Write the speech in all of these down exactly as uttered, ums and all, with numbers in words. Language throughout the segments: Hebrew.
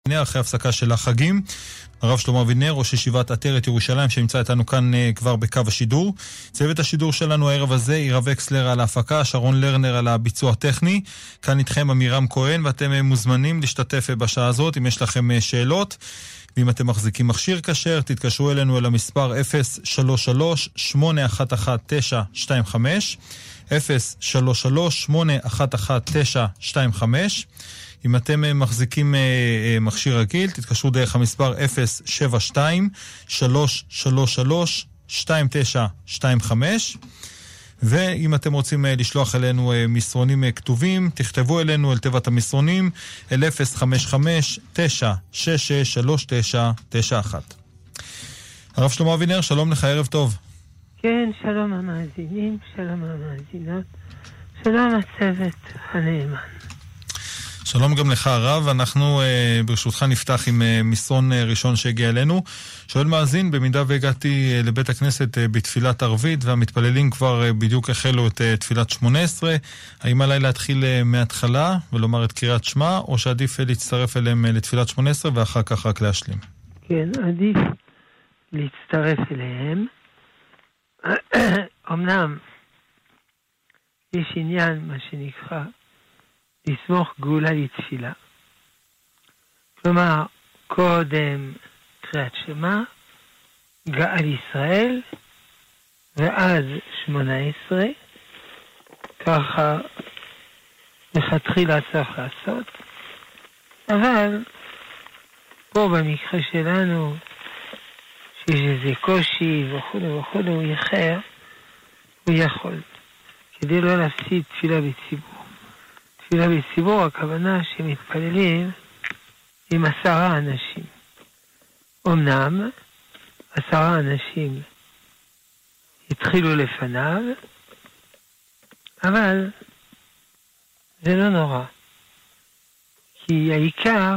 אחרי הפסקה של החגים. הרב שלמה אבינר, ראש ישיבת עטרת ירושלים, שנמצא איתנו כאן uh, כבר בקו השידור. צוות השידור שלנו הערב הזה, עירה וקסלר על ההפקה, שרון לרנר על הביצוע הטכני. כאן איתכם אמירם כהן, ואתם uh, מוזמנים להשתתף uh, בשעה הזאת אם יש לכם uh, שאלות. ואם אתם מחזיקים מכשיר כשר, תתקשרו אלינו אל המספר אפס שלוש שלוש שמונה אחת אחת תשע שתיים חמש, אפס שלוש שלוש שמונה אחת אחת תשע שתיים חמש. אם אתם מחזיקים מכשיר רגיל, תתקשרו דרך המספר אפס שבע שתיים שלוש שלוש שלוש שתיים תשע שתיים חמש. ואם אתם רוצים לשלוח אלינו מסרונים כתובים, תכתבו אלינו אל תיבת המסרונים אל אפס חמש חמש תשע שש שש שלוש תשע תשע אחת. הרב שלמה אבינר, שלום לך, ערב טוב. כן, שלום המאזינים, שלום המאזינות, שלום הצוות הנאמן. שלום גם לך הרב, אנחנו אה, ברשותך נפתח עם אה, מסרון אה, ראשון שהגיע אלינו. שואל מאזין, במידה והגעתי אה, לבית הכנסת אה, בתפילת ערבית והמתפללים כבר אה, בדיוק החלו את אה, תפילת שמונה עשרה, האם עליי להתחיל אה, מההתחלה ולומר את קריאת שמע, או שעדיף אה, להצטרף אליהם אה, לתפילת שמונה עשרה ואחר כך רק להשלים? כן, עדיף להצטרף אליהם. אמנם יש עניין מה שנקרא לסמוך גאולה לתפילה. כלומר, קודם קריאת שמע, גאל ישראל, ואז שמונה עשרה, ככה לכתחילה צריך לעשות. אבל פה במקרה שלנו, שיש איזה קושי וכו' וכו', הוא יחר, הוא יכול, כדי לא להפסיד תפילה בציבור. תפילה בציבור, הכוונה שמתפללים עם עשרה אנשים. אמנם, עשרה אנשים התחילו לפניו, אבל זה לא נורא. כי העיקר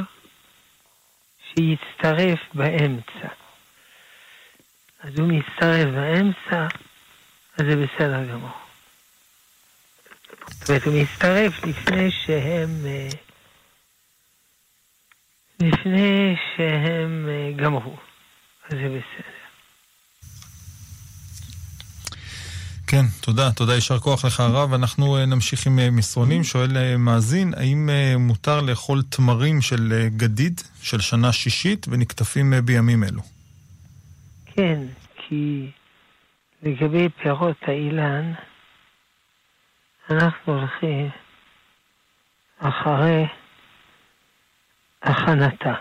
שיצטרף באמצע. אז הוא מצטרף באמצע, אז זה בסדר גמור. זאת אומרת, הוא מצטרף לפני שהם, לפני שהם גמרו. אז זה בסדר. כן, תודה, תודה, יישר כוח לך הרב. אנחנו נמשיך עם מסרונים. שואל מאזין, האם מותר לאכול תמרים של גדיד של שנה שישית ונקטפים בימים אלו? כן, כי לגבי פירות האילן, אנחנו הולכים אחרי הכנתה,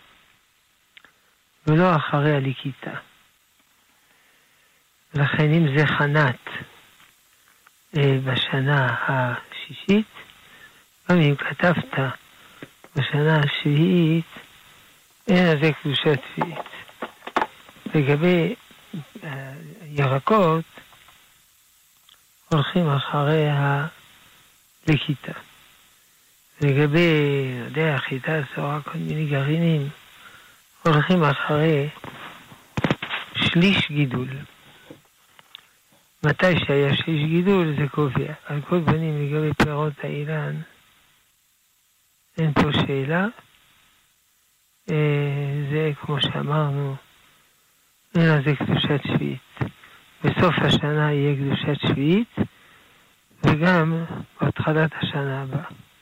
ולא אחרי הליקיטה. לכן אם זה חנת אה, בשנה השישית, גם אם כתבת בשנה השביעית, אין על זה קדושה שביעית. לגבי אה, ירקות, הולכים אחרי הליקיטה. לגבי, לא יודע, חיטה, סורה, כל מיני גרעינים, הולכים אחרי שליש גידול. מתי שהיה שליש גידול זה קובע. על כל פנים לגבי פירות האילן, אין פה שאלה. זה כמו שאמרנו, אין על זה קדושת שביעית. בסוף השנה יהיה קדושת שביעית, וגם בהתחלת השנה הבאה.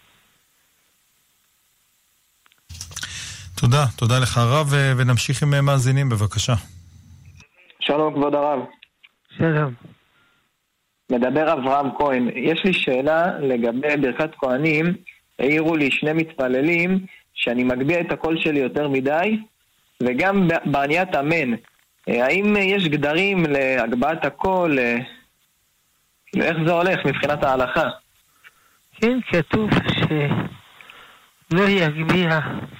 תודה, תודה לך הרב, ונמשיך עם מאזינים בבקשה. שלום כבוד הרב. שלום. מדבר אברהם כהן. יש לי שאלה לגבי ברכת כהנים. העירו לי שני מתפללים שאני מגביה את הקול שלי יותר מדי, וגם בעניית אמן. האם יש גדרים להגבהת הקול? איך זה הולך מבחינת ההלכה? כן, כתוב שלא יגביה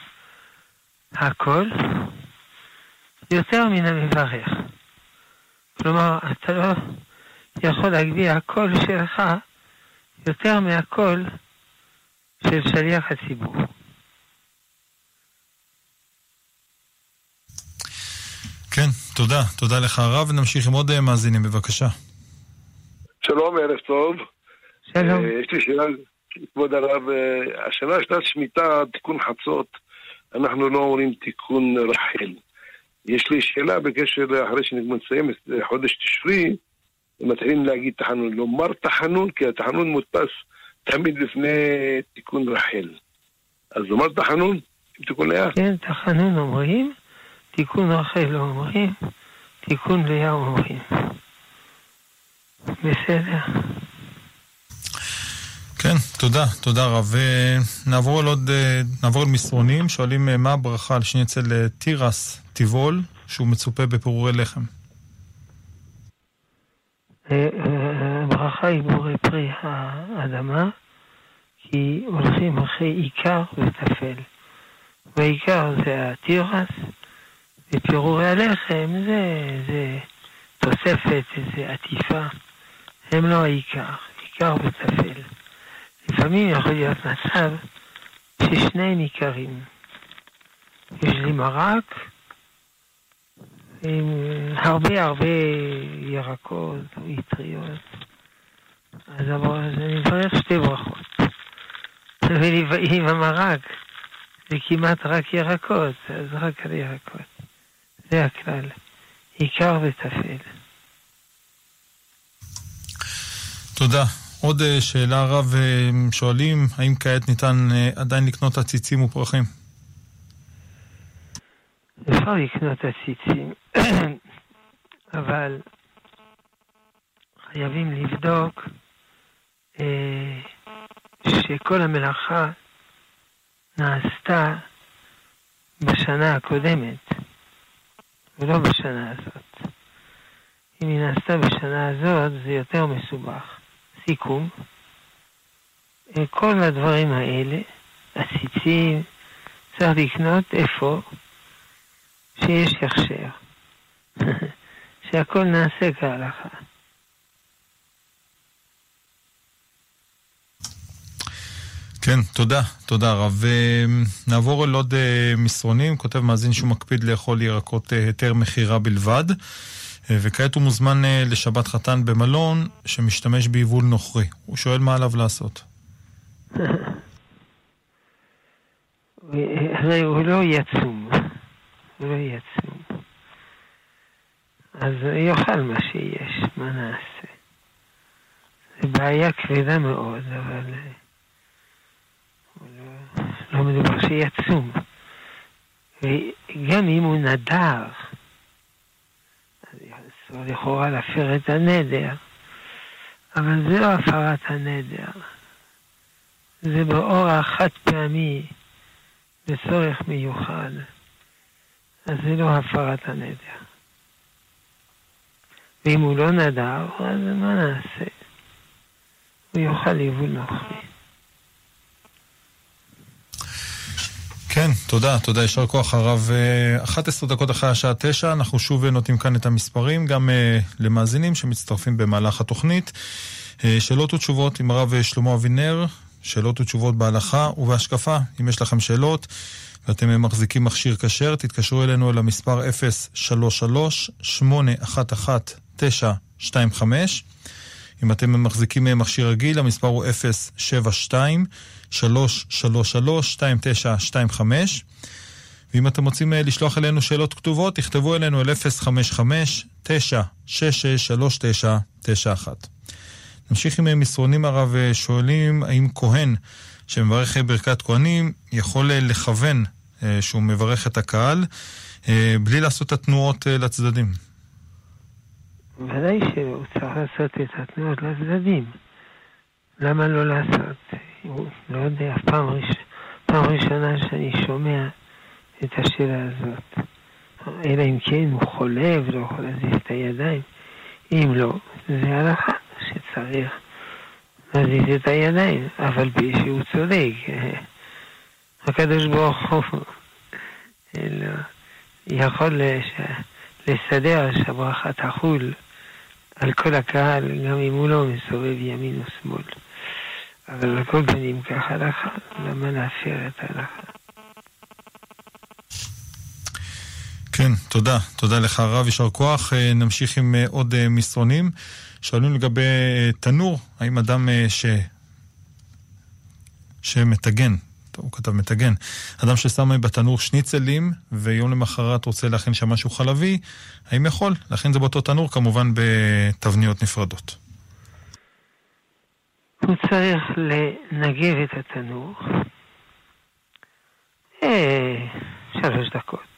הקול יותר מן המברך. כלומר, אתה לא יכול להגביה הקול שלך יותר מהקול של שליח הציבור. כן, תודה. תודה לך הרב. נמשיך עם עוד מאזינים, בבקשה. שלום, ערב טוב. שלום. יש לי שאלה, כבוד הרב, השנה שנת שמיטה, תיקון חצות. אנחנו לא אומרים תיקון רחל. יש לי שאלה בקשר לאחרי שנסיים חודש תשרי, מתחילים להגיד תחנון, לומר תחנון, כי התחנון מודפס תמיד לפני תיקון רחל. אז לומר תחנון, תיקון לאה? כן, תחנון אומרים, תיקון רחל לא אומרים, תיקון לאה אומרים. בסדר. כן, תודה, תודה רב. נעבור על עוד, נעבור על מסרונים, שואלים מה הברכה על שני אצל תירס טיבול, שהוא מצופה בפירורי לחם. הברכה היא בורא פרי האדמה, כי הולכים אחרי עיקר וטפל. והעיקר זה התירס, ופירורי הלחם זה, זה תוספת, זה עטיפה. הם לא העיקר, עיקר וטפל. לפעמים יכול להיות מצב ששניהם עיקרים. יש לי מרק עם הרבה הרבה ירקות או יטריות. אז אני מברך שתי ברכות. ועם המרק זה כמעט רק ירקות, אז רק על ירקות. זה הכלל. עיקר וטפל. תודה. עוד שאלה רב, שואלים, האם כעת ניתן עדיין לקנות עציצים ופרחים? אפשר לקנות עציצים, אבל חייבים לבדוק אה, שכל המלאכה נעשתה בשנה הקודמת, ולא בשנה הזאת. אם היא נעשתה בשנה הזאת, זה יותר מסובך. סיכום, כל הדברים האלה, עציצים, צריך לקנות איפה שיש הכשר. שהכל נעשה כהלכה. כן, תודה, תודה רב. נעבור על עוד מסרונים, כותב מאזין שהוא מקפיד לאכול ירקות היתר מחירה בלבד. וכעת הוא מוזמן לשבת חתן במלון שמשתמש ביבול נוכרי. הוא שואל מה עליו לעשות. הוא לא יצום. הוא לא יצום. אז יאכל מה שיש, מה נעשה. זה בעיה כבדה מאוד, אבל הוא לא, לא מדובר שיצום. וגם אם הוא נדר, אסור לכאורה להפר את הנדר, אבל זה לא הפרת הנדר. זה באורח חד פעמי, בצורך מיוחד. אז זה לא הפרת הנדר. ואם הוא לא נדר, אז מה נעשה? הוא יאכל יבול נוכרי. כן, תודה, תודה, ישר כוח הרב. אחת עשרה דקות אחרי השעה תשע, אנחנו שוב נותנים כאן את המספרים, גם למאזינים שמצטרפים במהלך התוכנית. שאלות ותשובות עם הרב שלמה אבינר, שאלות ותשובות בהלכה ובהשקפה. אם יש לכם שאלות ואתם מחזיקים מכשיר כשר, תתקשרו אלינו אל המספר אפס שלוש שלוש שמונה אחת אחת תשע שתיים חמש. אם אתם מחזיקים מכשיר רגיל, המספר הוא אפס שבע שתיים שלוש שלוש שלוש שתיים תשע שתיים חמש. ואם אתם רוצים לשלוח אלינו שאלות כתובות, תכתבו אלינו אל אפס חמש חמש תשע שש שש שלוש תשע תשע אחת. נמשיך עם מסרונים הרב. שואלים האם כהן שמברך ברכת כהנים יכול לכוון שהוא מברך את הקהל בלי לעשות את התנועות לצדדים. ודאי שהוא צריך לעשות את התנועות לצדדים. למה לא לעשות? הוא לא יודע, פעם, ראש... פעם ראשונה שאני שומע את השאלה הזאת. אלא אם כן הוא חולה ולא יכול להזיז את הידיים. אם לא, זה הלכה שצריך להזיז את הידיים, אבל שהוא צודק. הקדוש ברוך הוא יכול לסדר שהברכה תחול על כל הקהל, גם אם הוא לא מסובב ימין או שמאל. אבל לכל פנים כך הלכה, למה להפר את ההלכה? כן, תודה. תודה לך הרב, ישר כוח. נמשיך עם עוד מסרונים. שואלים לגבי תנור, האם אדם ש... שמתגן טוב, הוא כתב מטגן. אדם ששם בתנור שניצלים, ויום למחרת רוצה להכין שם משהו חלבי, האם יכול? להכין זה באותו תנור, כמובן בתבניות נפרדות. הוא צריך לנגב את התנור. אה, שלוש דקות.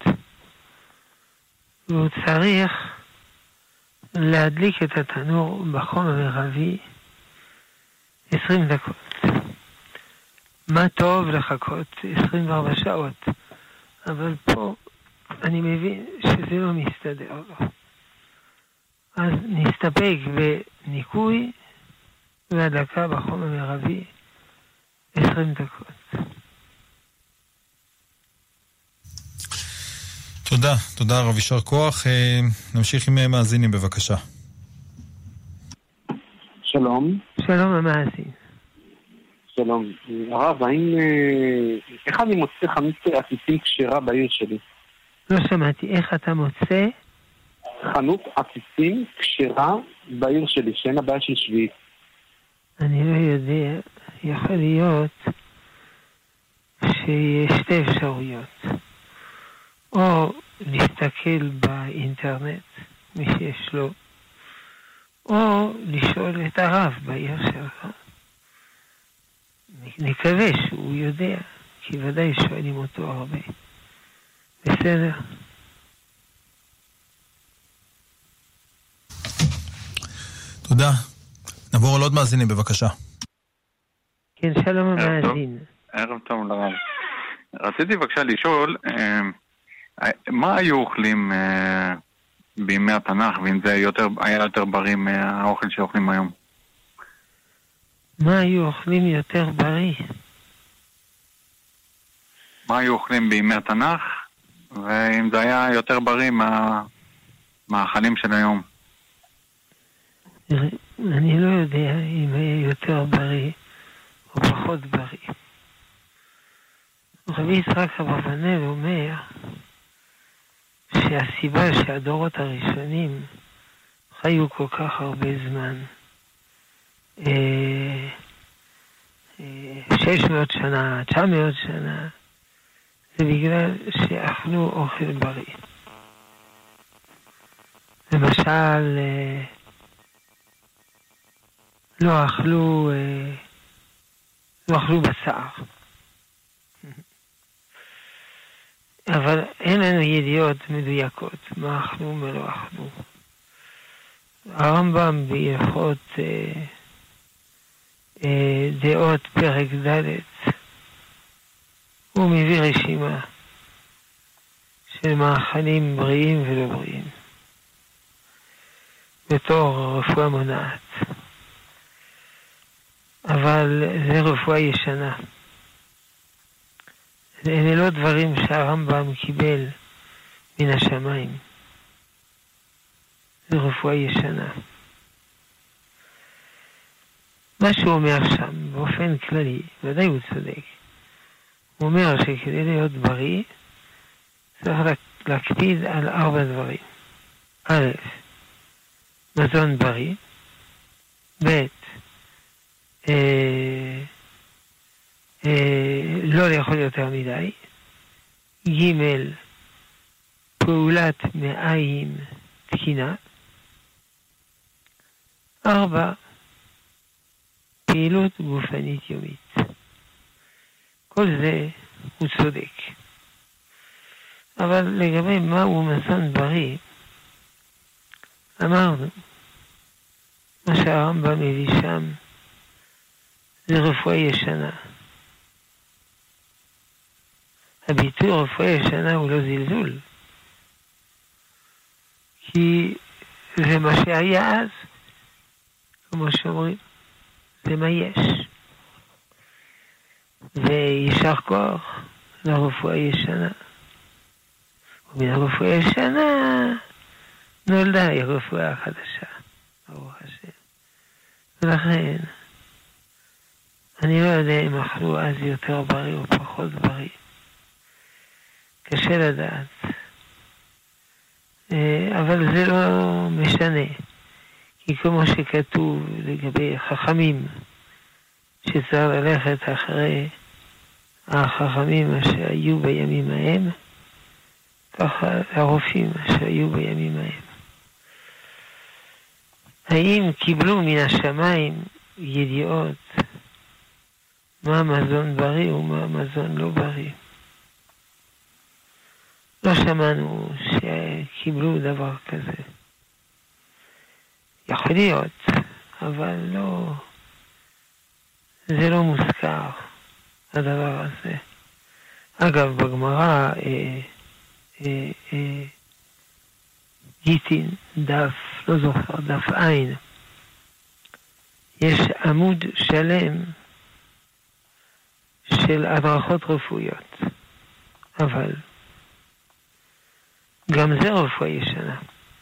והוא צריך להדליק את התנור בחום המרבי עשרים דקות. מה טוב לחכות עשרים וארבע שעות, אבל פה אני מבין שזה לא מסתדר לו. אז נסתפק בניקוי והדלקה בחום המרבי עשרים דקות. תודה, תודה רב, יישר כוח. נמשיך עם מאזינים בבקשה. שלום. שלום המאזין. שלום. הרב, האם... איך אני מוצא חנות עסיסים כשרה בעיר שלי? לא שמעתי, איך אתה מוצא? חנות עסיסים כשרה בעיר שלי, שאין הבעיה של שביעית. אני לא יודע, יכול להיות שיש שתי אפשרויות. או להסתכל באינטרנט, מי שיש לו, או לשאול את הרב בעיר שלך. נקווה שהוא יודע, כי ודאי שואלים אותו הרבה. בסדר? תודה. נעבור על עוד מאזינים בבקשה. כן, שלום המאזין. ערב טוב לרב. רציתי בבקשה לשאול, מה היו אוכלים בימי התנ"ך, ואם זה יותר, היה יותר בריא מהאוכל שאוכלים היום? מה היו אוכלים יותר בריא? מה היו אוכלים בימי התנ"ך, ואם זה היה יותר בריא מה, מהאכלים של היום? אני לא יודע אם היה יותר בריא או פחות בריא. רבי יצחק אברבנאל אומר שהסיבה שהדורות הראשונים חיו כל כך הרבה זמן, שש מאות שנה, תשע מאות שנה, זה בגלל שאכלו אוכל בריא. למשל, לא אכלו, לא אכלו בשר. אבל אין לנו ידיעות מדויקות, מה אכלו ומה לא אכלו. הרמב"ם בהלכות אה, אה, דעות פרק ד' הוא מביא רשימה של מאכלים בריאים ולא בריאים בתור רפואה מונעת, אבל זה רפואה ישנה. אלה לא דברים שהרמב"ם קיבל מן השמיים. זה רפואה ישנה. מה שהוא אומר שם, באופן כללי, ודאי הוא צודק. הוא אומר שכדי להיות בריא, צריך להקפיד על ארבע דברים. א', מזון בריא. ב', אה, אה, לא לאכול יותר מדי. ג', פעולת מעיים תקינה. ארבע, פעילות גופנית יומית. כל זה הוא צודק. אבל לגבי מהו מזון בריא, אמרנו, מה שהרמב"ם מביא שם זה רפואה ישנה. הביטוי רפואה ישנה הוא לא זלזול, כי זה מה שהיה אז, כמו שאומרים, זה מה יש. וישר כוח לרפואה ישנה. ומן הרפואה ישנה נולדה הרפואה החדשה, ברוך השם. ולכן אני לא יודע אם אכלו אז יותר בריא או פחות בריא. קשה לדעת. אבל זה לא משנה. כי כמו שכתוב לגבי חכמים, שצריך ללכת אחרי החכמים אשר היו בימים ההם, ככה הרופאים אשר היו בימים ההם. האם קיבלו מן השמיים ידיעות מה מזון בריא ומה מזון לא בריא? לא שמענו שקיבלו דבר כזה. יכול להיות, אבל לא, זה לא מוזכר, הדבר הזה. אגב, בגמרא, אה, אה, אה, גיטין, דף, לא זוכר, דף עין, יש עמוד שלם של הדרכות רפואיות, אבל גם זה רפואה ישנה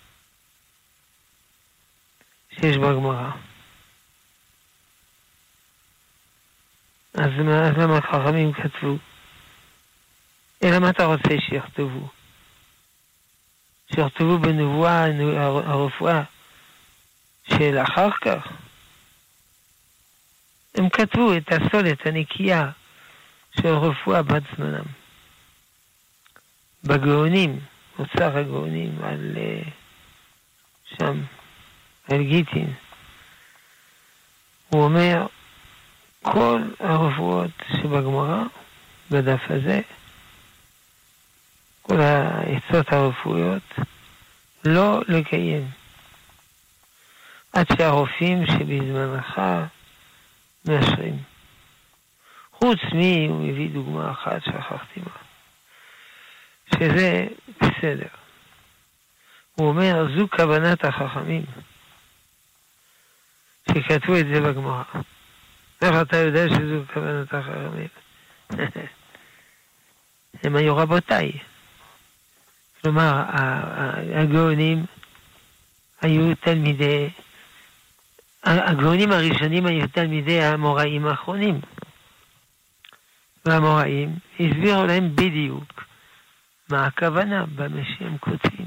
שיש בגמרא. אז מה, אז למה החכמים כתבו? אלא מה אתה רוצה שיכתבו? שיכתבו בנבואה הרפואה של אחר כך? הם כתבו את הסולת הנקייה של רפואה בת זמנם. בגאונים, אוצר הגאונים, על שם, על גיטין. הוא אומר, כל הרפואות שבגמרא, בדף הזה, כל העצות הרפואיות, לא לקיים. עד שהרופאים שבזמנך מאשרים. חוץ מי, הוא מביא דוגמה אחת, שכחתי מה. שזה בסדר. הוא אומר, זו כוונת החכמים, שכתבו את זה בגמרא. איך אתה יודע שזו כוונת החכמים? הם היו רבותיי. כלומר, הגאונים היו תלמידי, הגאונים הראשונים היו תלמידי המוראים האחרונים. והמוראים הסבירו להם בדיוק מה הכוונה במה שהם כותבים.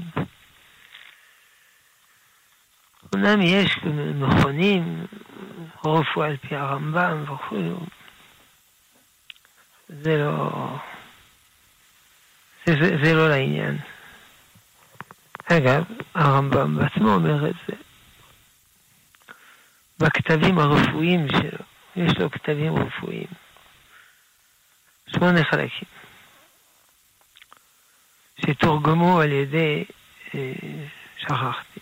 אומנם יש מכונים, רפואה על פי הרמב"ם וכו', זה לא, זה, זה, זה לא לעניין. אגב, הרמב"ם בעצמו אומר את זה. בכתבים הרפואיים שלו, יש לו כתבים רפואיים. שמונה חלקים. שתורגמו על ידי, אה, שכחתי,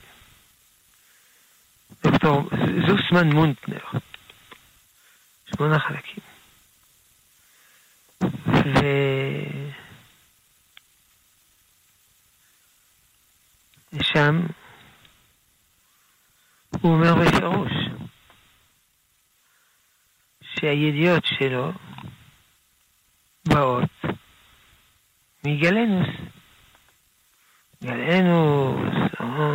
דוקטור זוסמן מונטנר. שמונה חלקים. ו... ושם הוא אומר בפירוש שהידיעות שלו באות מגלנוס. גלנוס,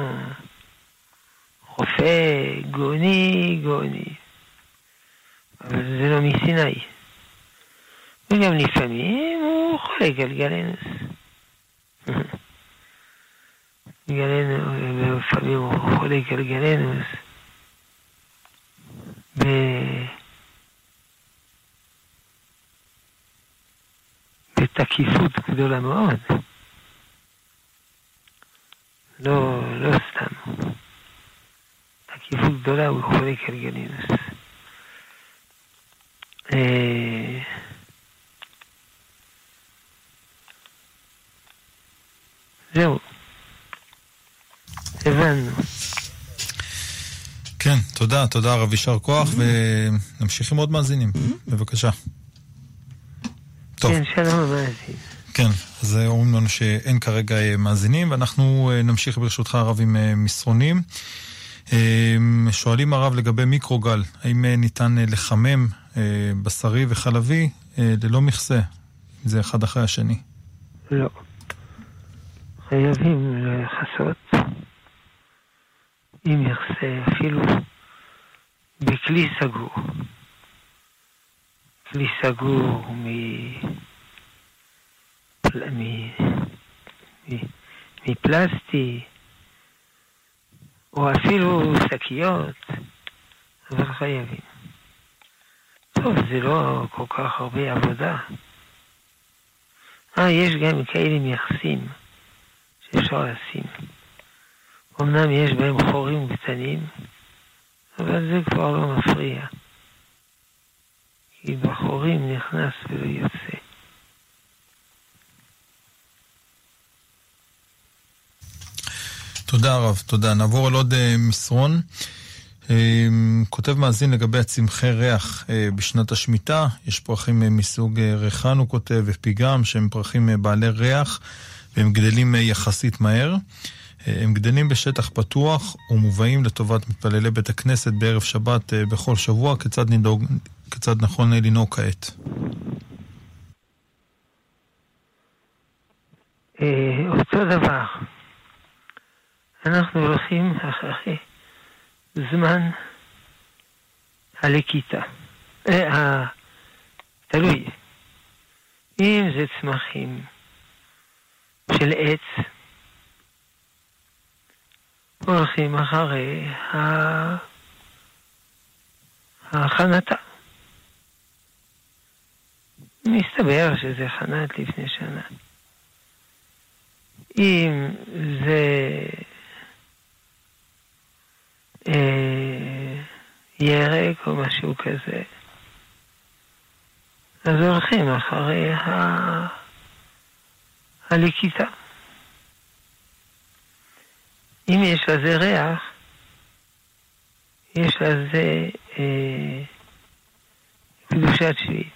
רופא, גאוני, גאוני. אבל זה לא מסיני. וגם לפעמים הוא חולק על גלנוס. גלנוס, לפעמים הוא חולק על גלנוס. ב... בתקיפות גדולה מאוד. לא, לא סתם. תקיפות גדולה הוא חולק על גלנוס. אה... זהו. הבנו. כן, תודה, תודה רב, יישר כוח, ונמשיך עם עוד מאזינים. בבקשה. כן, שלום המאזין. כן, אז אומרים לנו שאין כרגע מאזינים, ואנחנו נמשיך ברשותך הרב עם מסרונים. שואלים הרב לגבי מיקרוגל, האם ניתן לחמם בשרי וחלבי ללא מכסה? זה אחד אחרי השני. לא. חייבים לחסות עם מכסה, אפילו בכלי סגור. כלי סגור מ... מ... מ... מפלסטי, או אפילו שקיות, אבל חייבים. טוב, זה לא כל כך הרבה עבודה, אה, יש גם כאלה מייחסים שאפשר לשים. אמנם יש בהם חורים קטנים, אבל זה כבר לא מפריע. כי בחורים נכנס ולא יוצא. תודה רב, תודה. נעבור על עוד uh, מסרון. Uh, כותב מאזין לגבי הצמחי ריח uh, בשנת השמיטה. יש פרחים uh, מסוג uh, ריחן, הוא כותב, ופיגם, שהם פרחים uh, בעלי ריח, והם גדלים uh, יחסית מהר. Uh, הם גדלים בשטח פתוח ומובאים לטובת מתפללי בית הכנסת בערב שבת uh, בכל שבוע. כיצד, נדוג, כיצד נכון לנהוג כעת? Uh, אותו דבר. אנחנו הולכים אחרי זמן הלקיטה. אה, תלוי. אם זה צמחים של עץ, הולכים אחרי ההכנתה. מסתבר שזה חנת לפני שנה. אם זה אה, ירק או משהו כזה, אז הולכים אחרי ה... הלקיטה. אם יש לזה ריח, יש לזה אה, קדושת שביעית.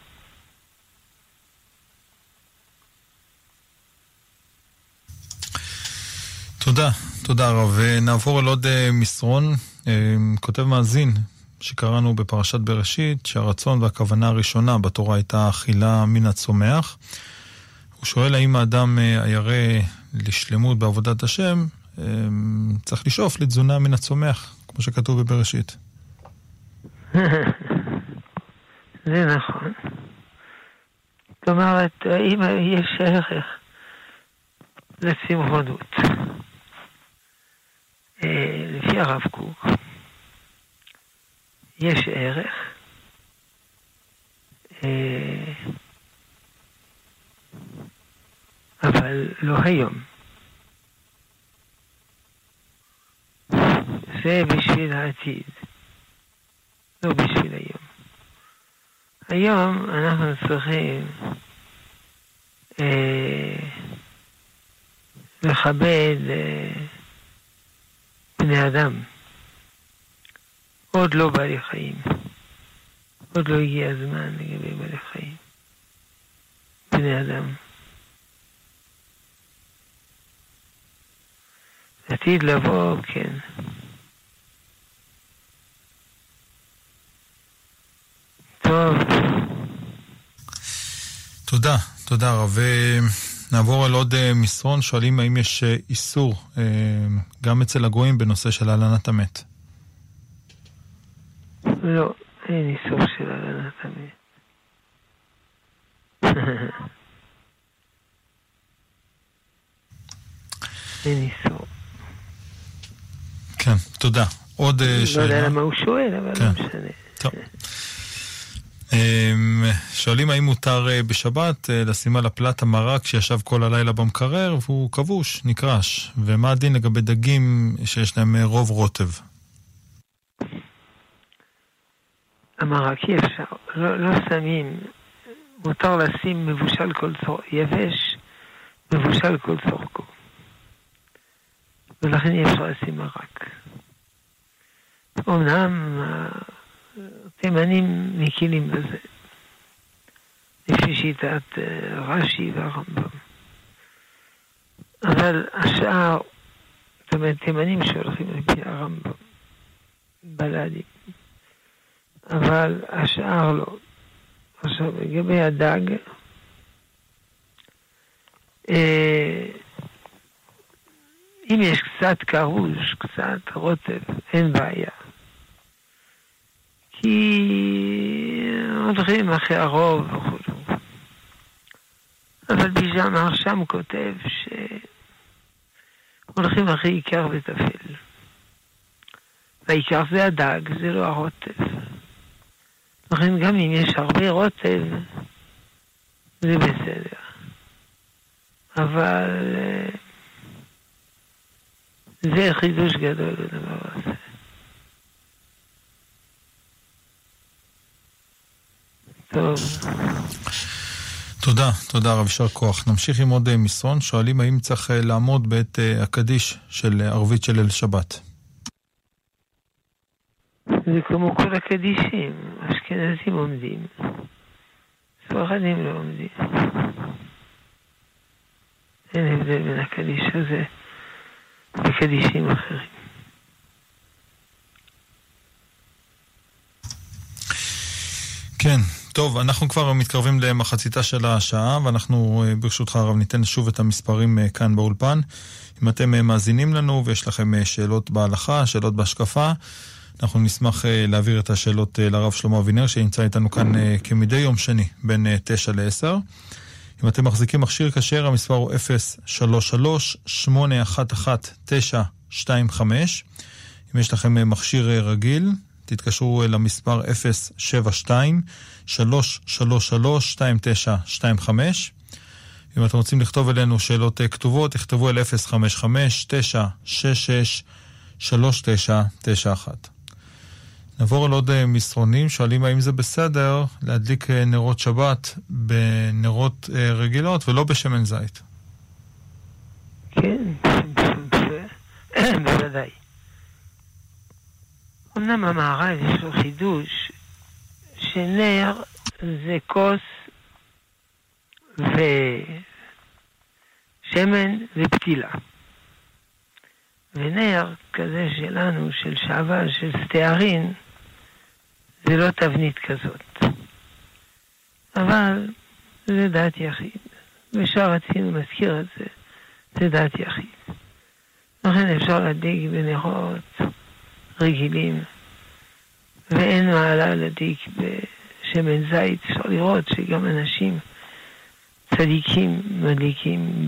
תודה, תודה רב. נעבור על עוד מסרון. כותב מאזין שקראנו בפרשת בראשית שהרצון והכוונה הראשונה בתורה הייתה אכילה מן הצומח. הוא שואל האם האדם הירא לשלמות בעבודת השם צריך לשאוף לתזונה מן הצומח, כמו שכתוב בבראשית. זה נכון. זאת אומרת, האם יש ערך לצמחונות? לפי הרב קוק יש ערך, אבל לא היום. זה בשביל העתיד, לא בשביל היום. היום אנחנו צריכים אה, לכבד אה, בני אדם. עוד לא בעלי חיים. עוד לא הגיע הזמן לגבי בעלי חיים. בני אדם. עתיד לבוא, כן. טוב. תודה, תודה רב. נעבור על עוד מסרון, שואלים האם יש איסור גם אצל הגויים בנושא של הלנת המת. לא, אין איסור של הלנת המת. אין איסור. כן, תודה. עוד שאלה. לא יודע למה הוא שואל, אבל לא משנה. טוב. שואלים האם מותר בשבת לשים על הפלט המרק שישב כל הלילה במקרר והוא כבוש, נקרש, ומה הדין לגבי דגים שיש להם רוב רוטב? המרק אי אפשר, לא, לא שמים, מותר לשים מבושל כל צור, יבש מבושל כל צורכו, ולכן אי אפשר לשים מרק. אמנם תימנים מקילים בזה, לפי שיטת רש"י והרמב"ם. אבל השאר, זאת אומרת, תימנים שהולכים לפי הרמב"ם, בלדים. אבל השאר לא. עכשיו, לגבי הדג, אה, אם יש קצת קרוש, קצת רוטב, אין בעיה. כי הולכים אחרי הרוב וכו'. אבל ביז'ם הרשם כותב שהולכים אחרי עיקר וטפל. והעיקר זה הדג, זה לא הרוטב. לכן גם אם יש הרבה רוטב, זה בסדר. אבל זה חידוש גדול לדבר הזה. טוב. תודה, תודה רב, יישר כוח. נמשיך עם עוד מסרון. שואלים האם צריך לעמוד בעת הקדיש של ערבית של ליל שבת. זה כמו כל הקדישים, אשכנזים עומדים, ספרדים לא עומדים. אין הבדל בין הקדיש הזה וקדישים אחרים. כן, טוב, אנחנו כבר מתקרבים למחציתה של השעה, ואנחנו ברשותך הרב ניתן שוב את המספרים כאן באולפן. אם אתם מאזינים לנו ויש לכם שאלות בהלכה, שאלות בהשקפה, אנחנו נשמח להעביר את השאלות לרב שלמה אבינר, שנמצא איתנו כאן כמדי יום שני, בין תשע לעשר. אם אתם מחזיקים מכשיר כשר, המספר הוא אפס שלוש שלוש שמונה אחת אחת תשע שתיים חמש. אם יש לכם מכשיר רגיל, תתקשרו למספר אפס שבע שתיים שלוש שלוש שלוש שתיים תשע שתיים חמש. אם אתם רוצים לכתוב אלינו שאלות כתובות, תכתבו אל אפס חמש חמש תשע שש שש שלוש תשע תשע אחת. נעבור על עוד מסרונים. שואלים האם זה בסדר להדליק נרות שבת בנרות רגילות ולא בשמן זית. כן, בוודאי. אמנם המערב יש לו חידוש שנר זה כוס ושמן ופתילה. ונר כזה שלנו, של שעבה, של סתיארין, זה לא תבנית כזאת. אבל זה דעת יחיד. ושאר רצינו מזכיר את זה, זה דעת יחיד. לכן אפשר להדליק בנרות רגילים, ואין מעלה להדליק בשמן זית. אפשר לראות שגם אנשים צדיקים מדליקים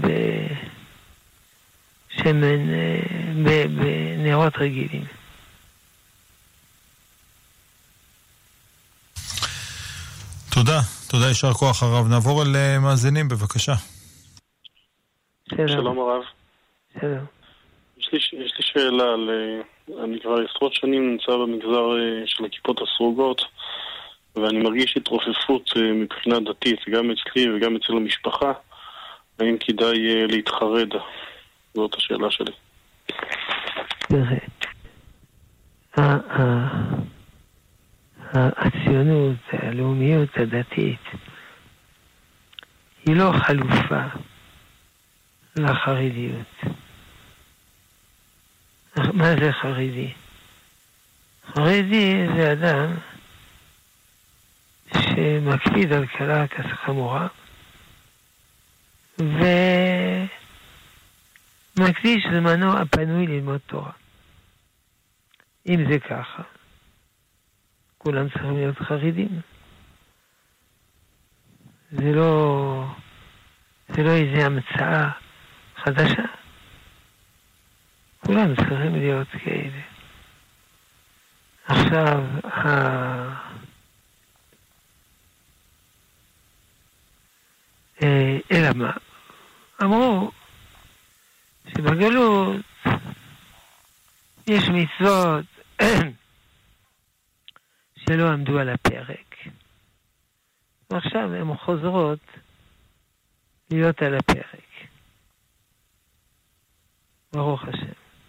בשמן, בנרות רגילים. תודה, תודה, יישר כוח הרב. נעבור אל מאזינים, בבקשה. שלום. שלום הרב. שלום. יש לי, יש לי שאלה, על, אני כבר עשרות שנים נמצא במגזר של הכיפות הסרוגות, ואני מרגיש התרופפות מבחינה דתית, גם אצלי וגם אצל המשפחה. האם כדאי להתחרד? זאת השאלה שלי. תראה, הציונות, הלאומיות הדתית, היא לא חלופה לחרדיות. מה זה חרדי? חרדי זה אדם שמקפיד על קלה כחמורה ומקדיש זמנו הפנוי ללמוד תורה. אם זה ככה, כולם צריכים להיות חרדים. זה לא, זה לא איזו המצאה חדשה. כולם צריכים להיות כאלה. עכשיו, ה... אלא מה? אמרו שבגלות יש מצוות שלא עמדו על הפרק. ועכשיו הן חוזרות להיות על הפרק. ברוך השם.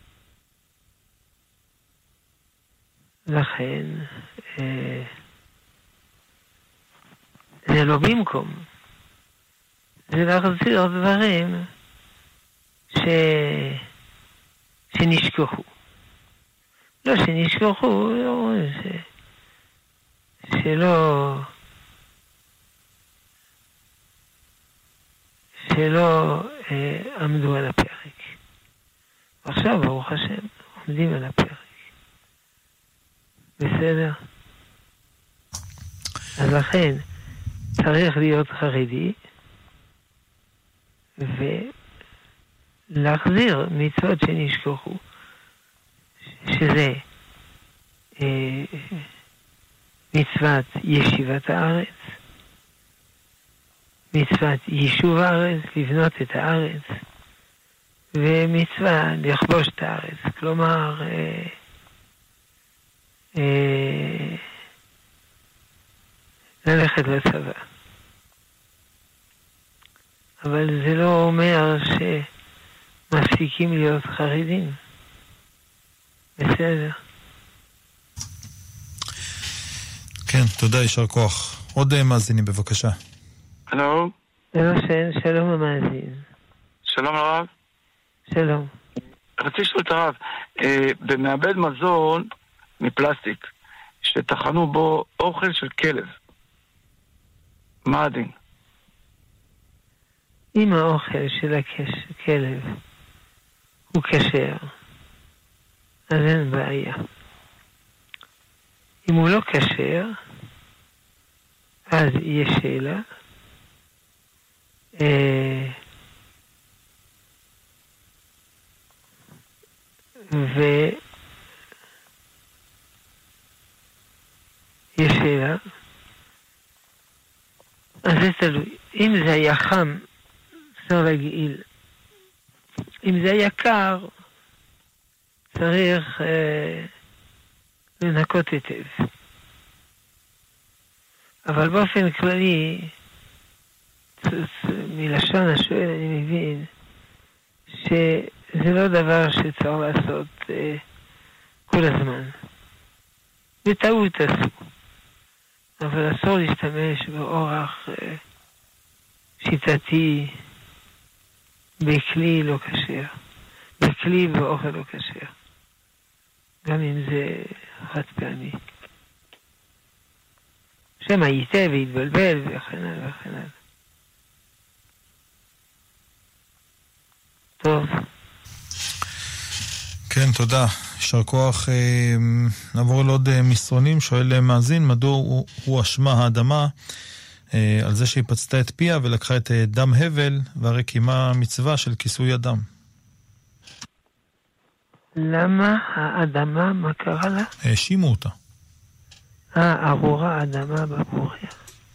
לכן, אה, זה לא במקום. זה להחזיר דברים ש... שנשכחו. לא שנשכחו, לא, ש... שלא... שלא אה, עמדו על הפרק. עכשיו, ברוך השם, עומדים על הפרק. בסדר? אז לכן צריך להיות חרדי ולהחזיר מצוות שנשכחו, שזה אה, מצוות ישיבת הארץ, מצוות יישוב הארץ, לבנות את הארץ, ומצווה לכבוש את הארץ. כלומר, אה, אה, ללכת לצבא. אבל זה לא אומר שמפסיקים להיות חרדים. בסדר. כן, תודה, יישר כוח. עוד מאזינים, בבקשה. הלו. הלו, שלום המאזין. שלום הרב. שלום. רציתי לשאול את הרב, אה, במעבד מזון מפלסטיק, שטחנו בו אוכל של כלב, מה הדין? אם האוכל של הכלב הוא כשר, אז אין בעיה. אם הוא לא כשר, אז יש שאלה. אה, ו... יש שאלה. אז זה תלוי. אם זה היה חם, אפשר להגעיל. אם זה היה קר, צריך אה, לנקות היטב. אבל באופן כללי, מלשון השואל אני מבין שזה לא דבר שצריך לעשות אה, כל הזמן. בטעות עשו. אבל אסור להשתמש באורח אה, שיטתי בכלי לא כשר. בכלי באוכל לא כשר. גם אם זה חד פעמי. שמה ייתה והתבלבל וכן הלאה וכן הלאה. טוב. כן, תודה. יישר כוח. נעבור לעוד מסרונים. שואל מאזין, מדוע הוא, הוא אשמה האדמה על זה שהיא פצתה את פיה ולקחה את דם הבל, והרי קיימה מצווה של כיסוי הדם. למה האדמה, מה קרה לה? האשימו אותה. אה, ארורה אדמה בפוריה.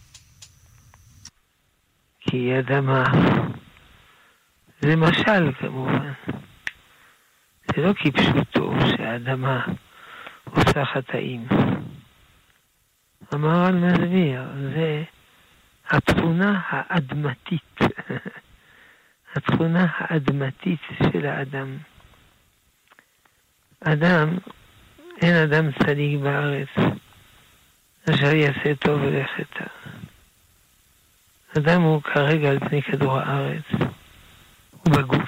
כי היא אדמה. זה משל כמובן. זה לא כפשוטו שהאדמה עושה חטאים. המהר"ל מסביר, זה התכונה האדמתית. התכונה האדמתית של האדם. אדם, אין אדם צדיק בארץ, אשר יעשה טוב ולחטא. אדם הוא כרגע על פני כדור הארץ, הוא בגוף.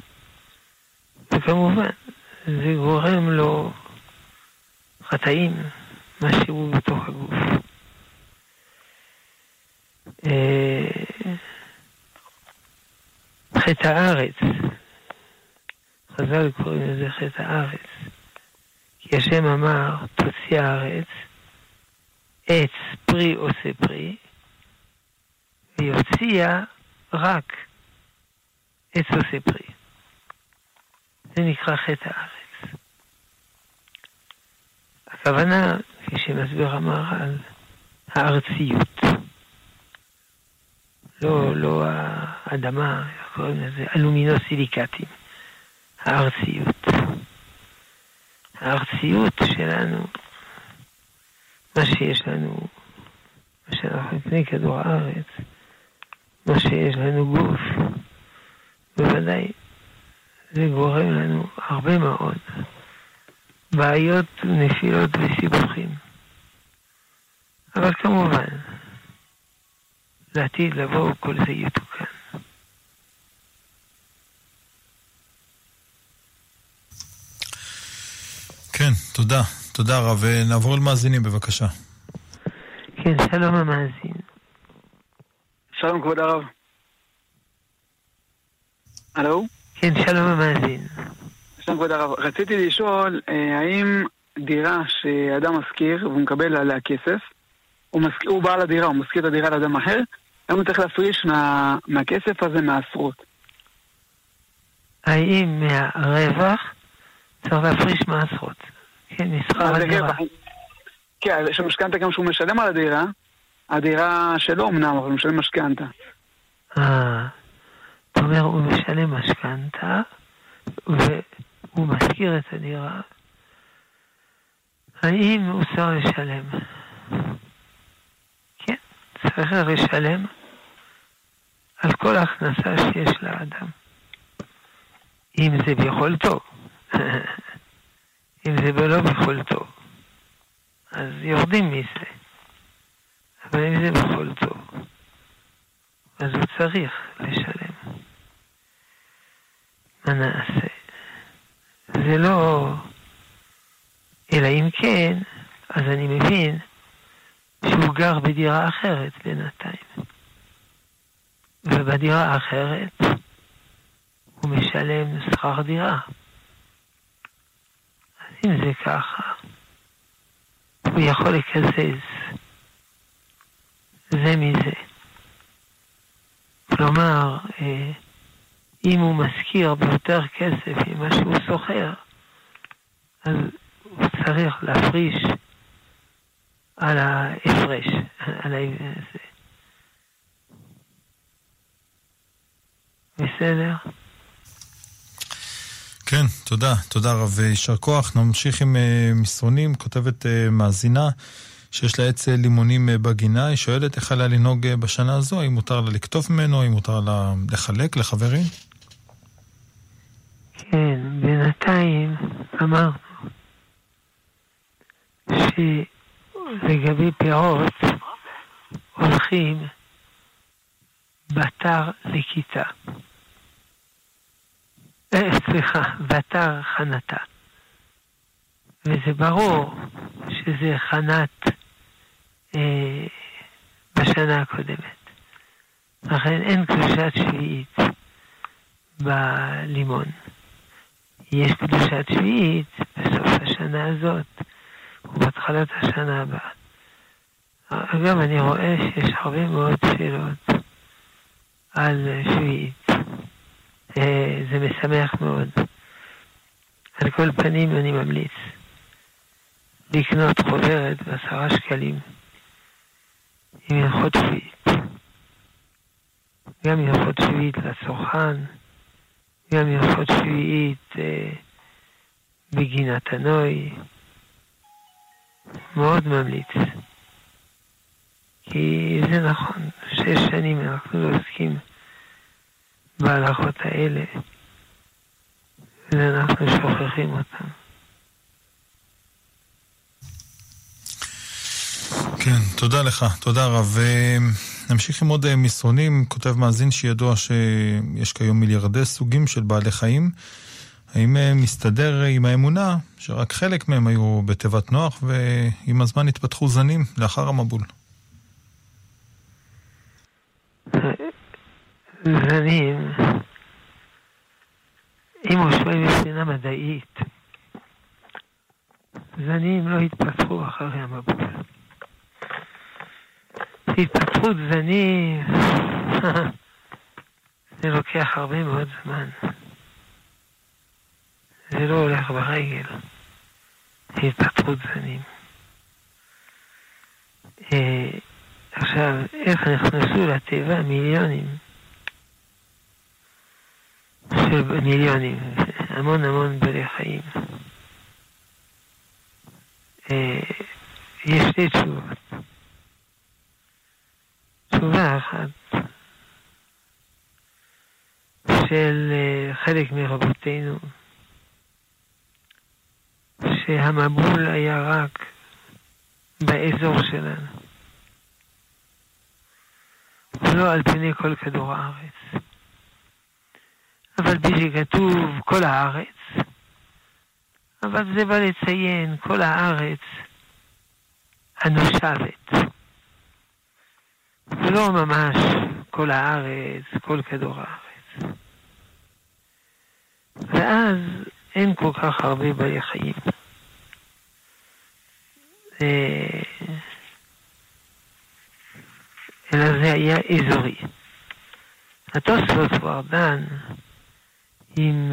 וכמובן, זה גורם לו חטאים, משהו בתוך הגוף. חטא הארץ, חז"ל קוראים לזה חטא הארץ, כי השם אמר, תוציא הארץ, עץ פרי עושה פרי, ויוציאה רק עץ עושה פרי. זה נקרא חטא הארץ. הכוונה, כפי שמסביר המהר"ל, הארציות. לא, לא האדמה, קוראים לזה אלומינוסיליקטים. הארציות. הארציות שלנו, מה שיש לנו, מה שאנחנו מפני כדור הארץ, מה שיש לנו גוף, בוודאי זה גורם לנו הרבה מאוד בעיות, נפילות וסיבוכים. אבל כמובן, לעתיד לבוא כל זה יתוקן. כן, תודה. תודה רב. נעבור למאזינים, בבקשה. כן, שלום המאזין. שלום כבוד הרב. הלו? כן, שלום המאזין. שלום כבוד הרב. רציתי לשאול, האם דירה שאדם מזכיר והוא מקבל עליה כסף, הוא, מזכיר, הוא בעל הדירה, הוא מזכיר את הדירה לאדם אחר, האם הוא צריך להפריש מה, מהכסף הזה מעשרות? האם מהרווח צריך להפריש מעשרות? כן, מסחר הדירה. כן, שמשכנתה גם שהוא משלם על הדירה, הדירה שלו אמנם, אבל הוא משלם משכנתה. אה, זאת אומרת, הוא משלם משכנתה, והוא מזכיר את הדירה. האם הוא צריך לשלם? כן, צריך לשלם על כל הכנסה שיש לאדם. אם זה ביכולתו, אם זה לא ביכולתו, אז יורדים מזה. אבל אם זה ביכולתו, אז הוא צריך לשלם. מה נעשה? זה לא... אלא אם כן, אז אני מבין שהוא גר בדירה אחרת בינתיים. ובדירה האחרת הוא משלם שכר דירה. אז אם זה ככה, הוא יכול לקזז זה מזה. כלומר, אם הוא מזכיר ביותר כסף ממה שהוא סוחר, אז הוא צריך להפריש על ההפרש, על זה. בסדר? כן, תודה, תודה רב, יישר כוח. נמשיך עם מסרונים. כותבת מאזינה שיש לה עץ לימונים בגינה, היא שואלת איך עליה לנהוג בשנה הזו, האם מותר לה לקטוף ממנו, האם מותר לה לחלק לחברים? כן, בינתיים אמרנו שלגבי פירות הולכים בתר לכיתה. אה, סליחה, בתר חנתה. וזה ברור שזה חנת אה, בשנה הקודמת. לכן אין קדושת שביעית בלימון. יש קדושת שביעית בסוף השנה הזאת ובהתחלת השנה הבאה. אגב, אני רואה שיש הרבה מאוד שאלות על שביעית. אה, זה משמח מאוד. על כל פנים אני ממליץ לקנות חוברת בעשרה שקלים עם הלכות שביעית. גם הלכות שביעית לצרכן, גם הלכות שביעית אה, בגינת הנוי. מאוד ממליץ. כי זה נכון, שש שנים אנחנו לא עוסקים בהלכות האלה, ואנחנו שוכחים אותם. כן, תודה לך, תודה רב. נמשיך עם עוד מסרונים. כותב מאזין שידוע שיש כיום מיליארדי סוגים של בעלי חיים. האם מסתדר עם האמונה שרק חלק מהם היו בטבעת נוח ועם הזמן התפתחו זנים לאחר המבול? זנים, אם הוא שואל מבחינה מדעית, זנים לא התפתחו אחרי המבול. התפתחות זנים זה לוקח הרבה מאוד זמן. זה לא הולך ברגל. התפתחות זנים. אה, עכשיו, איך נכנסו לטבע מיליונים של מיליונים, המון המון בעלי חיים. אה, יש שתי תשובות. תשובה אחת של חלק מרבותינו, שהמבול היה רק באזור שלנו, ולא על פני כל כדור הארץ. אבל בי שכתוב כל הארץ, אבל זה בא לציין כל הארץ הנושבת. ולא ממש כל הארץ, כל כדור הארץ. ואז אין כל כך הרבה בעלי חיים. אלא זה היה אזורי. התוספות כבר דן עם,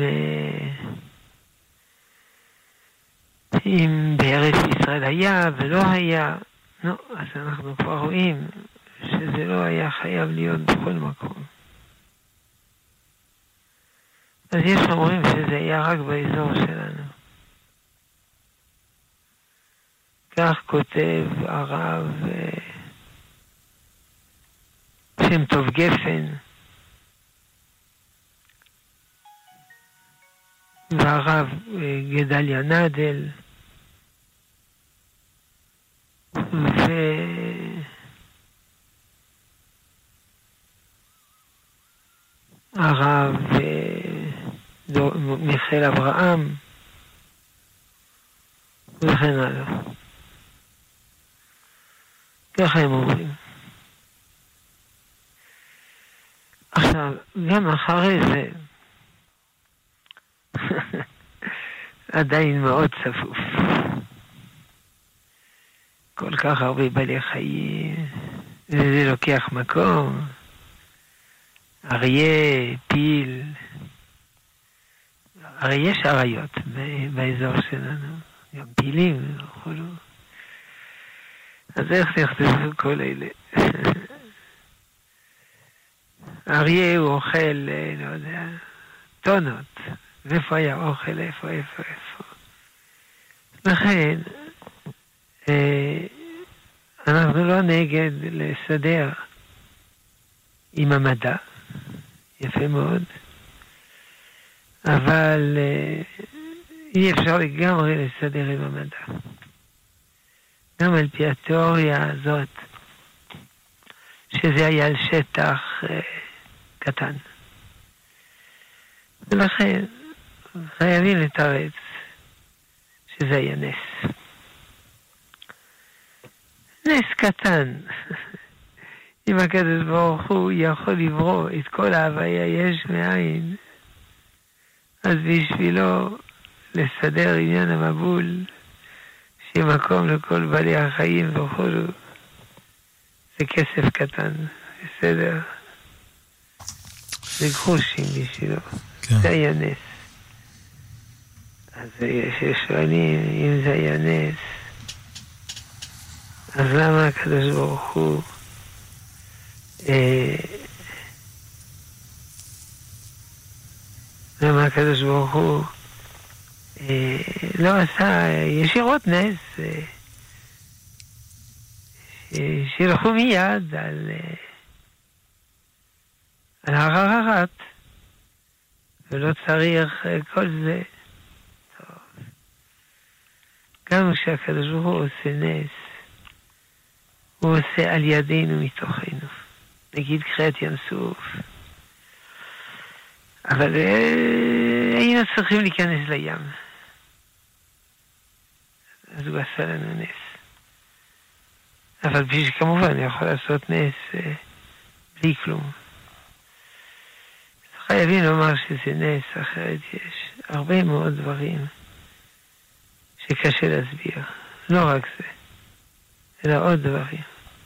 עם בארץ ישראל היה ולא היה. לא, אז אנחנו כבר רואים שזה לא היה חייב להיות בכל מקום. אז יש אומרים שזה היה רק באזור שלנו. כך כותב הרב שם טוב גפן, והרב גדליה נדל, והרב מיכאל אברהם, וכן הלאה. ככה הם אומרים. עכשיו, גם אחרי זה, עדיין מאוד צפוף. כל כך הרבה בעלי חיים, וזה לוקח מקום. אריה, פיל, הרי יש אריות באזור שלנו, גם פילים וכולו. אז איך נכתבו כל אלה? אריה הוא אוכל, לא יודע, טונות. ואיפה היה אוכל, איפה, איפה, איפה. לכן, אנחנו לא נגד לסדר עם המדע. יפה מאוד. אבל אי אפשר לגמרי לסדר עם המדע. גם על פי התיאוריה הזאת, שזה היה על שטח קטן. ולכן חייבים לתרץ שזה היה נס. נס קטן. אם הקדוש ברוך הוא יכול לברוא את כל ההוויה יש מאין, אז בשבילו לסדר עניין המבול, שיהיה מקום לכל בעלי החיים וכולו, זה כסף קטן, בסדר? זה גרושים בשבילו, כן. זה היה נס. אז יש שואלים, אם זה היה נס, אז למה הקדוש ברוך הוא אה, למה הקדוש ברוך הוא אה, לא עשה ישירות נס, אה, שילכו מיד על אה, על הרערת, ולא צריך אה, כל זה. טוב. גם כשהקדוש ברוך הוא עושה נס, הוא עושה על ידינו מתוכנו. נגיד קריאת ים סוף. אבל אה, היינו צריכים להיכנס לים. אז הוא עשה לנו נס. אבל בשביל כמובן יכול לעשות נס אה, בלי כלום. חייבים לומר שזה נס, אחרת יש הרבה מאוד דברים שקשה להסביר. לא רק זה, אלא עוד דברים.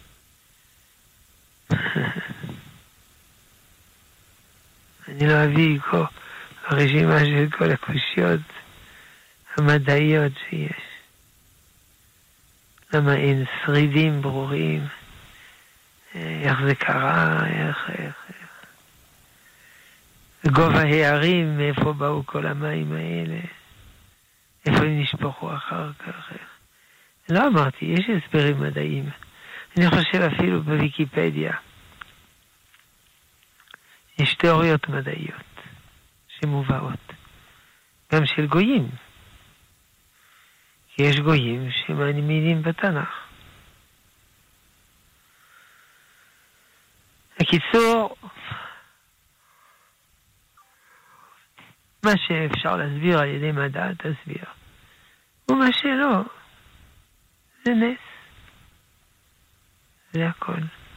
אני לא אביא כל הרשימה של כל הקושיות המדעיות שיש. למה אין שרידים ברורים, איך זה קרה, איך, איך, איך. גובה הערים, מאיפה באו כל המים האלה, איפה הם נשפכו אחר כך. איך. לא אמרתי, יש הסברים מדעיים. אני חושב אפילו בוויקיפדיה. יש תיאוריות מדעיות שמובאות, גם של גויים. כי יש גויים שמאמינים בתנ"ך. בקיצור, מה שאפשר להסביר על ידי מדע, תסביר. ומה שלא, זה נס. זה הכל.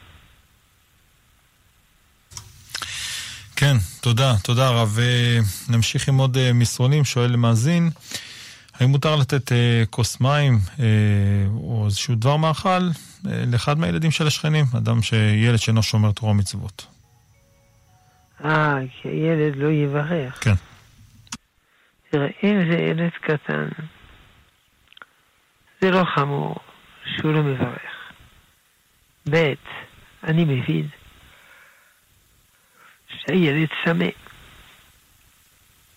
כן, תודה, תודה רב. נמשיך עם עוד מסרונים. שואל למאזין, האם מותר לתת אה, כוס מים אה, או איזשהו דבר מאכל אה, לאחד מהילדים של השכנים, אדם שילד שאינו שומר תורה ומצוות? אה, כי הילד לא יברך. כן. תראה, אם זה ילד קטן, זה לא חמור שהוא לא מברך. ב' אני מבין שהילד סמא.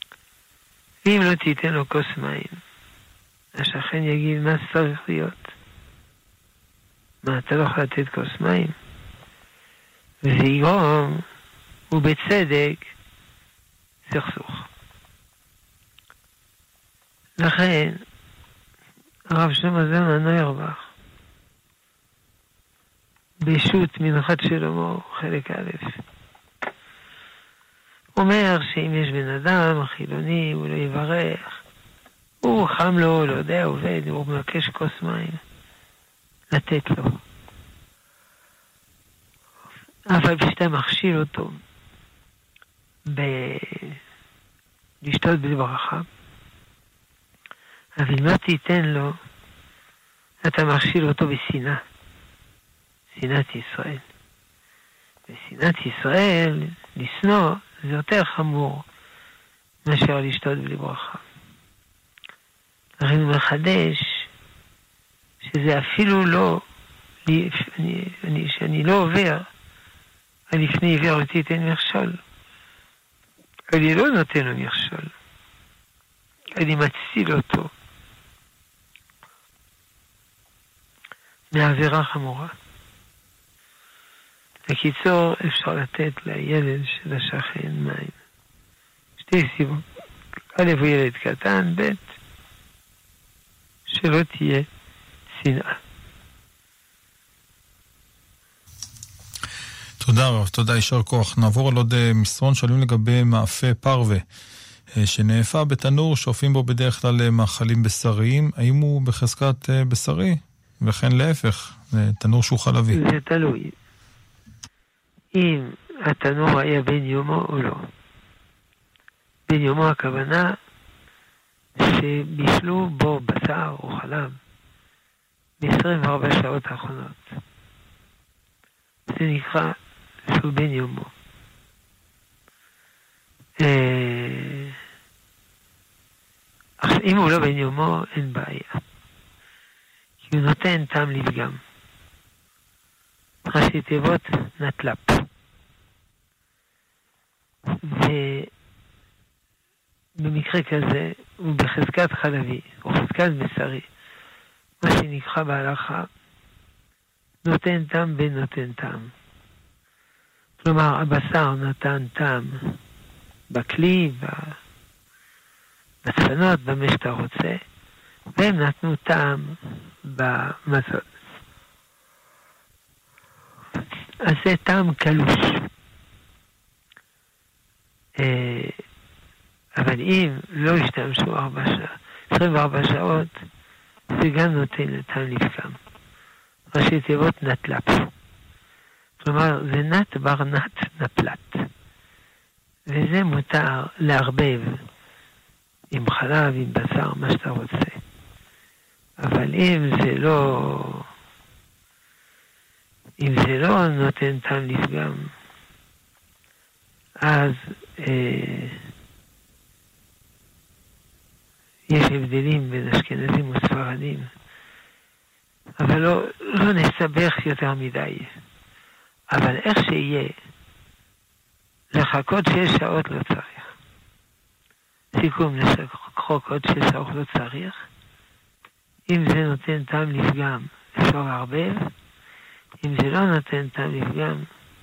ואם לא תיתן לו כוס מים, השכן יגיד, מה צריך להיות? מה, אתה לא יכול לתת כוס מים? וזה יגרום, ובצדק, סכסוך. לכן, הרב שלמה זלמן נוירבך, בשו"ת מנחת שלמה, חלק א', אומר שאם יש בן אדם חילוני, הוא לא יברך, הוא חם לו, לא יודע, עובד, הוא מבקש כוס מים, לתת לו. אבל כשאתה מכשיל אותו ב... לשתות בלי ברכה, אבל מה תיתן לו, אתה מכשיל אותו בשנאה. שנאת ישראל. ושנאת ישראל, לשנוא, זה יותר חמור מאשר לשתות בלי ברכה. הרי הוא מחדש שזה אפילו לא, אני, אני, שאני לא עובר, אני לפני עיוור לא תיתן מכשול. אני לא נותן לו מכשול. אני מציל אותו מעבירה חמורה. בקיצור, אפשר לתת לילד של השכן מים. שתי סיבות. א' הוא ילד קטן, ב' שלא תהיה שנאה. תודה רב, תודה, יישר כוח. נעבור על עוד מסרון, שואלים לגבי מאפה פרווה, שנאפה בתנור, שואפים בו בדרך כלל מאכלים בשריים, האם הוא בחזקת בשרי? וכן להפך, זה תנור שהוא חלבי. זה תלוי. אם התנור היה בן יומו או לא. בן יומו הכוונה שבישלו בו בשר או חלב ב-עשרים וארבע שעות האחרונות. זה נקרא שהוא בן יומו. אם הוא לא בן יומו, אין בעיה. כי הוא נותן טעם לפגם. ראשי תיבות נטלפ. ובמקרה כזה הוא בחזקת חלבי או חזקת בשרי, מה שנקרא בהלכה נותן טעם בן נותן טעם. כלומר הבשר נתן טעם בכלי, בצפנות, במה שאתה רוצה, והם נתנו טעם במזון. אז זה טעם קלוש. אבל אם לא השתמשו עשרים וארבע שעות, זה גם נותן טעם לפגם. ראשי תיבות נטלפ. כלומר, זה נט בר נט נפלט. וזה מותר לערבב עם חלב, עם בשר, מה שאתה רוצה. אבל אם זה לא... אם זה לא נותן טעם לפגם, אז אה, יש הבדלים בין אשכנזים וספרדים, אבל לא, לא נסבך יותר מדי. אבל איך שיהיה, לחכות שש שעות לא צריך. סיכום, לחכות עוד שש שעות לא צריך. אם זה נותן טעם לפגם, אפשר לערבב. אם זה לא נותן טעם לפגם,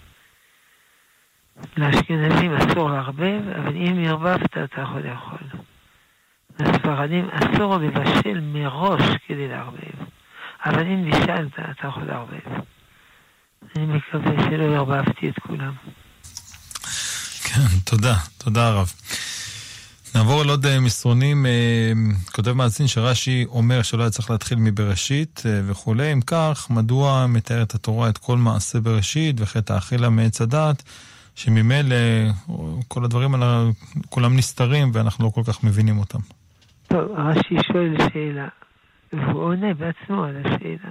לאשכנזים אסור לערבב, אבל אם ערבבת אתה יכול לאכול. לספרדים אסור לבשל מראש כדי לערבב, אבל אם בישלת אתה יכול לערבב. אני מקווה שלא ערבבתי את כולם. כן, תודה, תודה רב. נעבור על עוד מסרונים. כותב מאזין שרש"י אומר שלא היה צריך להתחיל מבראשית וכו'. אם כך, מדוע מתארת התורה את כל מעשה בראשית וחטא האכילה מעץ הדת, שממילא כל הדברים האלה כולם נסתרים ואנחנו לא כל כך מבינים אותם? טוב, רש"י שואל שאלה, והוא עונה בעצמו על השאלה,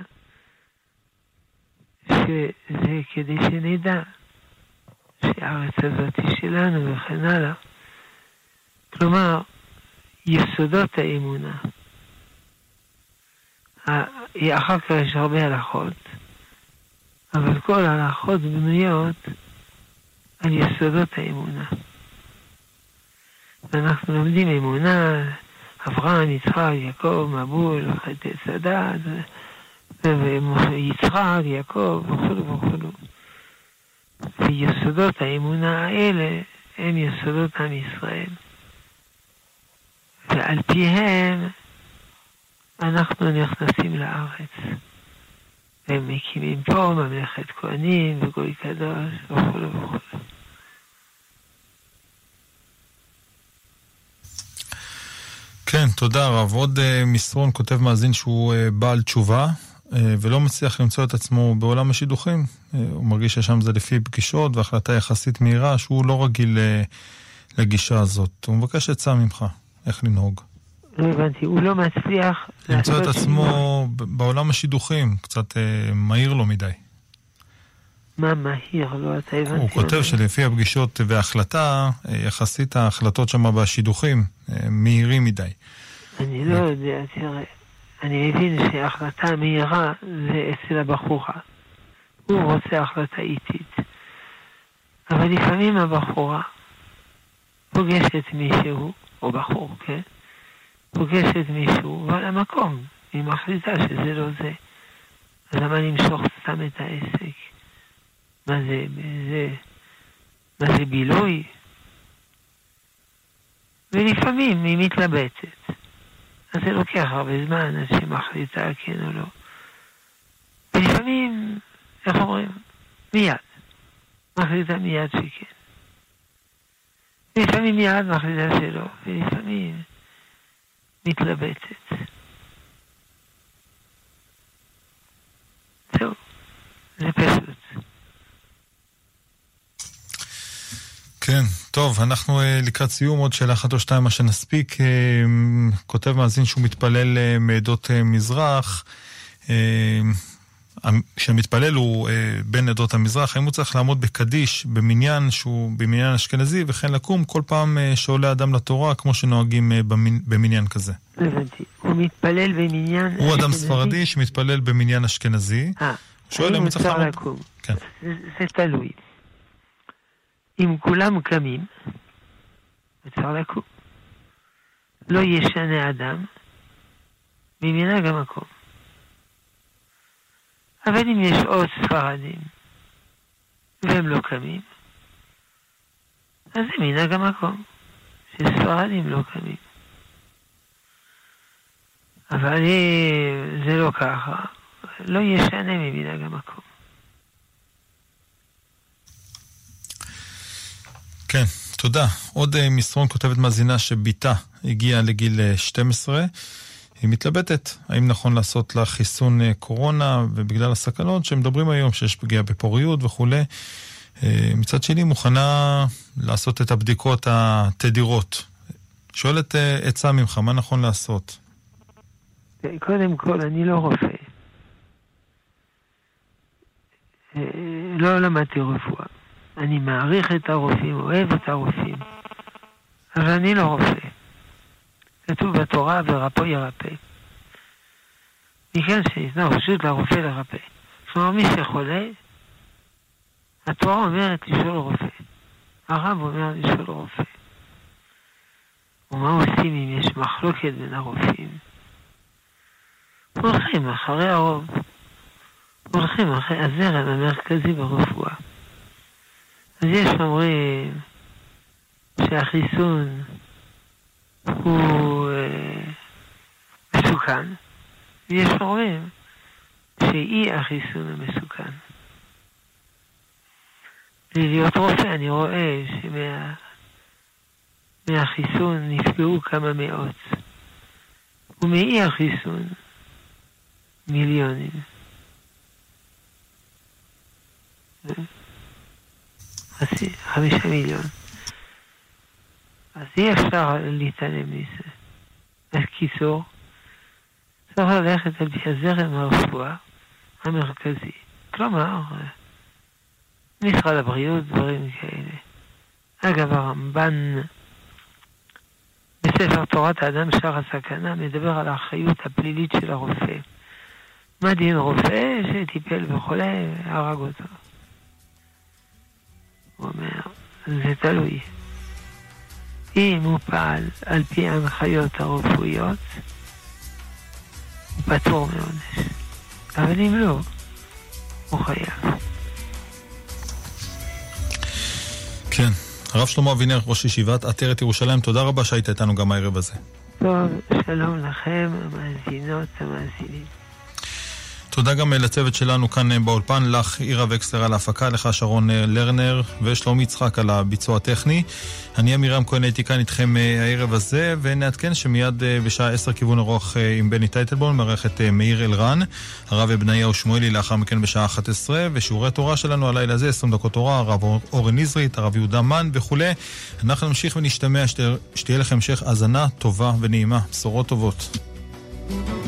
שזה כדי שנדע שהארץ הזאת היא שלנו וכן הלאה. כלומר, יסודות האמונה. אחר כך יש הרבה הלכות, אבל כל ההלכות בנויות על יסודות האמונה. ואנחנו לומדים אמונה, אברהם, יצחק, יעקב, מבול, חטא צדד, ויצחק, יעקב, וכו' וכו'. ויסודות האמונה האלה הם יסודות עם ישראל. ועל פיהם אנחנו נכנסים לארץ. והם מקימים פה ממלכת כהנים וגוי קדוש וכו' וכו'. כן, תודה רב. עוד uh, מסרון כותב מאזין שהוא uh, בעל תשובה, uh, ולא מצליח למצוא את עצמו בעולם השידוכים. Uh, הוא מרגיש ששם זה לפי פגישות והחלטה יחסית מהירה, שהוא לא רגיל uh, לגישה הזאת. הוא מבקש עצה ממך, איך לנהוג. לא הבנתי, הוא לא מצליח למצוא את עצמו בעולם השידוכים, קצת uh, מהיר לו מדי. מה מהיר? לא, אתה הבנתי. הוא כותב שלפי הפגישות וההחלטה, יחסית ההחלטות שם בשידוכים, מהירים מדי. אני לא יודע, תראה, אני מבין שההחלטה מהירה זה אצל הבחורה. הוא רוצה החלטה איטית. אבל לפעמים הבחורה פוגשת מישהו, או בחור, כן? פוגשת מישהו, ועל המקום, היא מחליטה שזה לא זה. אז למה למשוך סתם את העסק? מה זה, זה, מה זה בילוי? ולפעמים היא מתלבטת. אז זה לוקח הרבה זמן עד שמחליטה כן או לא. ולפעמים, איך אומרים? מיד. מחליטה מיד שכן. ולפעמים מיד מחליטה שלא. ולפעמים מתלבטת. זהו. זה פשוט. כן, טוב, אנחנו uh, לקראת סיום, עוד שאלה אחת או שתיים מה שנספיק. Uh, כותב מאזין שהוא מתפלל uh, מעדות uh, מזרח, uh, שהמתפלל הוא uh, בין עדות המזרח, האם הוא צריך לעמוד בקדיש במניין שהוא במניין אשכנזי, וכן לקום כל פעם uh, שעולה אדם לתורה, כמו שנוהגים uh, במין, במניין כזה. הבנתי, הוא מתפלל במניין אשכנזי? הוא אדם ספרדי שמתפלל במניין אשכנזי. אה, שואל אם הוא צריך לעמוד... לקום. כן. זה, זה תלוי. אם כולם קמים, צריך לקום. לא ישנה אדם ממנהג המקום. אבל אם יש עוד ספרדים והם לא קמים, אז זה מנהג המקום, שספרדים לא קמים. אבל זה לא ככה, לא ישנה ממנהג המקום. כן, תודה. עוד uh, מסרון כותבת מאזינה שביתה הגיעה לגיל שתים עשרה. היא מתלבטת האם נכון לעשות לה חיסון uh, קורונה, ובגלל הסכנות שמדברים היום שיש פגיעה בפוריות וכו'. Uh, מצד שני מוכנה לעשות את הבדיקות התדירות. שואלת uh, עצה ממך, מה נכון לעשות? קודם כל, אני לא רופא. Uh, לא למדתי רפואה. אני מעריך את הרופאים, אוהב את הרופאים. אבל אני לא רופא. כתוב בתורה, ורפו ירפא. מכאן שניתנה רשות לרופא לרפא. כלומר, מי שחולה, התורה אומרת לשאול רופא. הרב אומר לשאול רופא. ומה עושים אם יש מחלוקת בין הרופאים? הולכים אחרי הרוב. הולכים אחרי הזרם המרכזי ברפואה. אז יש אומרים שהחיסון הוא אה, מסוכן, ויש אומרים שאי החיסון הוא מסוכן. להיות רופא אני רואה שמה מהחיסון נפגעו כמה מאות, ומאי החיסון מיליונים. חמישה מיליון. אז אי אפשר להתעלם מזה. אז קיצור, צריך ללכת על פי הזרם הרפואה המרכזי. כלומר, משרד הבריאות, דברים כאלה. אגב, הרמב"ן בספר תורת האדם שער הסכנה מדבר על האחריות הפלילית של הרופא. מה דין רופא שטיפל וחולה, הרג אותו. הוא אומר, זה תלוי. אם הוא פעל על פי ההנחיות הרפואיות, הוא פטור מעונש. אבל אם לא, הוא חייב. כן. הרב שלמה אבינר, ראש ישיבת עטרת ירושלים, תודה רבה שהיית איתנו גם הערב הזה. טוב, שלום לכם, המאזינות, המאזינים. תודה גם לצוות שלנו כאן באולפן, לך עירה וקסלר על ההפקה, לך שרון לרנר ושלום יצחק על הביצוע הטכני. אני אמירם כהן, הייתי כאן איתכם הערב הזה, ונעדכן שמיד בשעה עשר כיוון הרוח עם בני טייטלבון, מערכת מאיר אלרן, הרב אבניהו שמואלי לאחר מכן בשעה אחת עשרה, ושיעורי תורה שלנו הלילה הזה, עשרים דקות תורה, הרב אורן נזרית, הרב יהודה מן וכו'. אנחנו נמשיך ונשתמע, שתהיה לכם המשך האזנה טובה ונעימה, בשורות טובות.